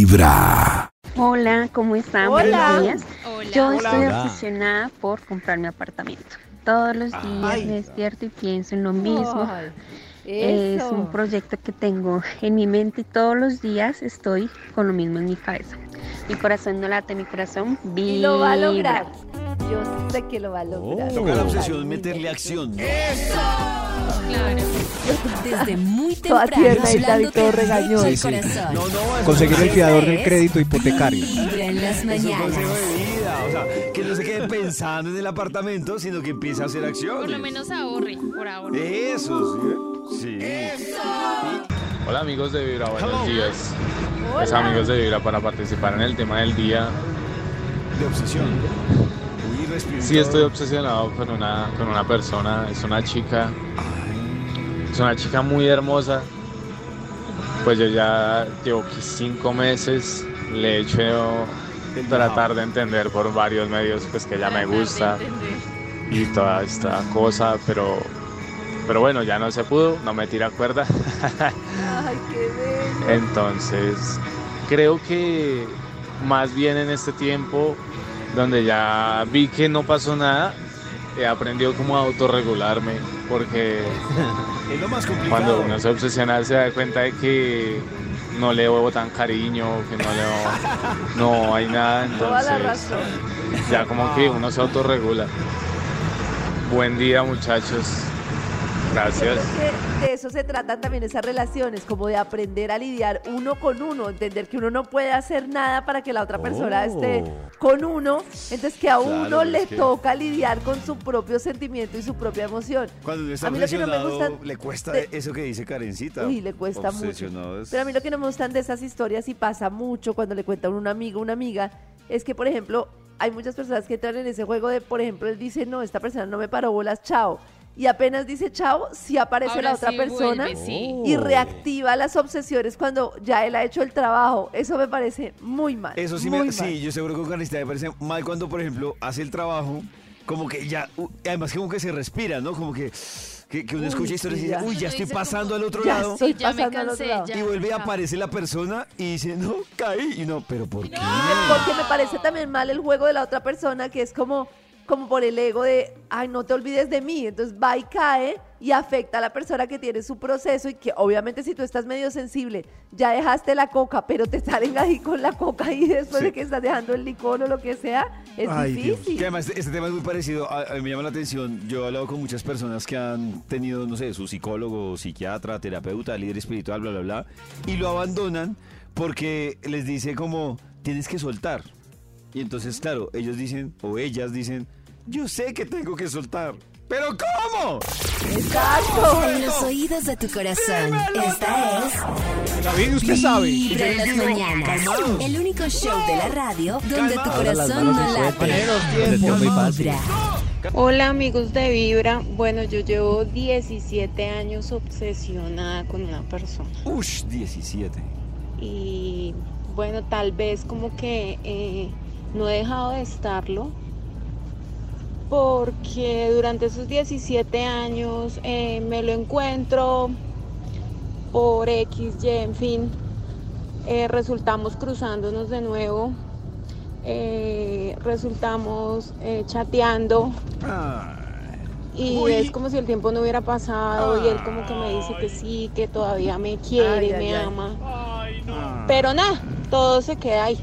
Vibra. Hola, ¿cómo están? Hola. Buenos días. Hola. Yo estoy Hola. obsesionada por comprar mi apartamento. Todos los días Ay. me despierto y pienso en lo mismo. Ay, Es eso. un proyecto que tengo en mi mente y todos los días estoy con lo mismo en mi cabeza. Mi corazón no late, mi corazón vibra. Y lo va a lograr. Yo sé que lo va a lograr. Toca la Muy obsesión, bien. meterle acción. Claro. Desde muy Toda temprano, tierna y David todo hablándote regañón. del Sí, corazón. No, Conseguir el fiador del crédito Vibra hipotecario. en las Es un mañanas. consejo de vida. O sea, que no se quede pensando en el apartamento, sino que empiece a hacer acciones. Por lo menos ahorre por ahora. Eso, sí. Hola amigos de Vibra, buenos Hello. días. Hola. Pues amigos de Vibra, para participar en el tema del día, De obsesión. Uy, respiro. sí estoy obsesionado con una persona, es una chica muy hermosa. Pues yo ya llevo aquí 5 meses, le he hecho tratar de entender por varios medios pues que ella me gusta y toda esta cosa, pero bueno, ya no se pudo, no me tira cuerda. Ay, qué bello. Entonces, creo que más bien en este tiempo, donde ya vi que no pasó nada, he aprendido como a autorregularme, porque Es lo más complicado. cuando uno se obsesiona se da cuenta de que no le tan cariño, que no hay nada, Toda la entonces razón. ya como que uno se autorregula. Buen día, muchachos. Gracias. Yo creo que de eso se tratan también esas relaciones, como de aprender a lidiar uno con uno, entender que uno no puede hacer nada para que la otra persona esté con uno, entonces que a Claro, uno es le que- toca lidiar con su propio sentimiento y su propia emoción. Cuando uno está A mí lo que no me obsesionado, gusta le cuesta de- eso que dice Karencita. Uy, le cuesta mucho. Obsesionado es- Pero a mí lo que no me gustan de esas historias y pasa mucho cuando le cuentan a un amigo, una amiga, es que, por ejemplo, hay muchas personas que entran en ese juego de, por ejemplo, él dice, no, esta persona no me paró bolas, chao. Y apenas dice chao, sí aparece Ahora la otra sí persona vuelve, sí. y reactiva las obsesiones cuando ya él ha hecho el trabajo. Eso me parece muy mal. Eso sí, muy mal. sí, yo seguro que con Karencita me parece mal cuando, por ejemplo, hace el trabajo, como que ya, además como que se respira, ¿no? Como que uno Uy, escucha historias sí, y dice, ya. uy, ya Uno estoy dice pasando como, al otro ya lado. estoy Ya me pasando al otro cansé, lado. ya. Y vuelve y aparece la persona y dice, no, caí. Y no, pero ¿por qué? Porque me parece también mal el juego de la otra persona, que es como por el ego de, ay, no te olvides de mí. Entonces va y cae y afecta a la persona que tiene su proceso y que obviamente si tú estás medio sensible, ya dejaste la coca, pero te salen ahí con la coca y después Sí. de que estás dejando el licor o lo que sea, es Ay, Dios. difícil. Que además este tema es muy parecido, a mí me llama la atención, yo he hablado con muchas personas que han tenido, no sé, su psicólogo, psiquiatra, terapeuta, líder espiritual, bla, bla, bla, y lo abandonan porque les dice como, tienes que soltar. Y entonces, claro, ellos dicen, o ellas dicen, yo sé que tengo que soltar, ¿pero cómo? Exacto. En los oídos de tu corazón. Esta es David, usted sabe. Vibra en las mañanas. El único show de la radio donde tu corazón no late. Vibra. Hola amigos de Vibra. Bueno, yo llevo 17 años obsesionada con una persona. Ush, 17. Y bueno, tal vez como que no he dejado de estarlo porque durante esos 17 años me lo encuentro por X, Y, en fin, resultamos cruzándonos de nuevo, resultamos chateando y Uy. es como si el tiempo no hubiera pasado y él como que me dice que sí, que todavía me quiere, Ay, me ay. ama. Pero nada, todo se queda ahí.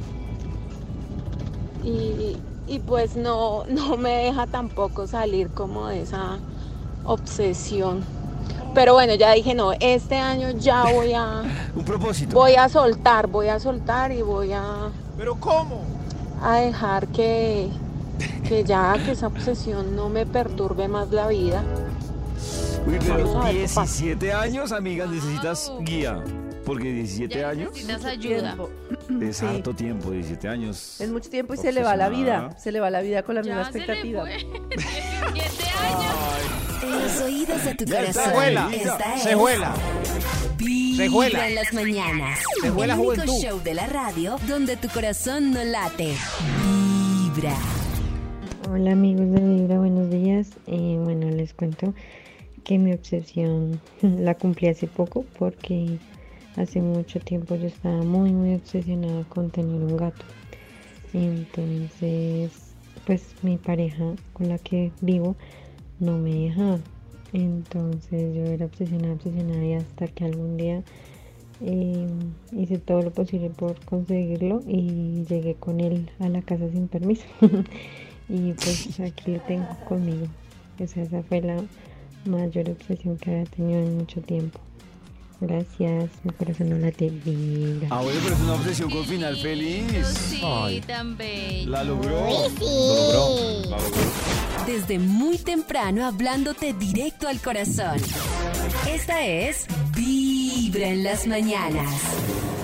Y pues no me deja tampoco salir como de esa obsesión. Pero bueno, ya dije, no, este año ya Un propósito. voy a soltar y voy ¿Pero cómo? a dejar que esa obsesión no me perturbe más la vida. Uy, Vamos a pero ver qué pasa. 17 años, amigas, necesitas guía. Porque 17 Ya años necesitas ayuda. Tiempo. es Sí. harto tiempo, 17 años. Es mucho tiempo y se le va la vida. Obsesionada. Se le va la vida con la misma Ya se le expectativa. fue. 17 años. En los oídos de tu Ya corazón. se vuela, Esta es Se vuela. Vibra en las mañanas. Se vuela El único juventud. show de la radio donde tu corazón no late. Vibra. Hola amigos de Vibra, buenos días. Bueno, les cuento que mi obsesión la cumplí hace poco porque hace mucho tiempo yo estaba muy, muy obsesionada con tener un gato. Entonces, pues mi pareja con la que vivo no me dejaba. Entonces yo era obsesionada y hasta que algún día hice todo lo posible por conseguirlo y llegué con él a la casa sin permiso. Y pues aquí lo tengo conmigo. O sea, esa fue la mayor obsesión que había tenido en mucho tiempo. Gracias, mi corazón no late, vibra. Ah, bueno, pero es una obsesión con final feliz. Sí, Ay. tan bello. La logró. La logró. Desde muy temprano hablándote directo al corazón. Esta es Vibra en las mañanas.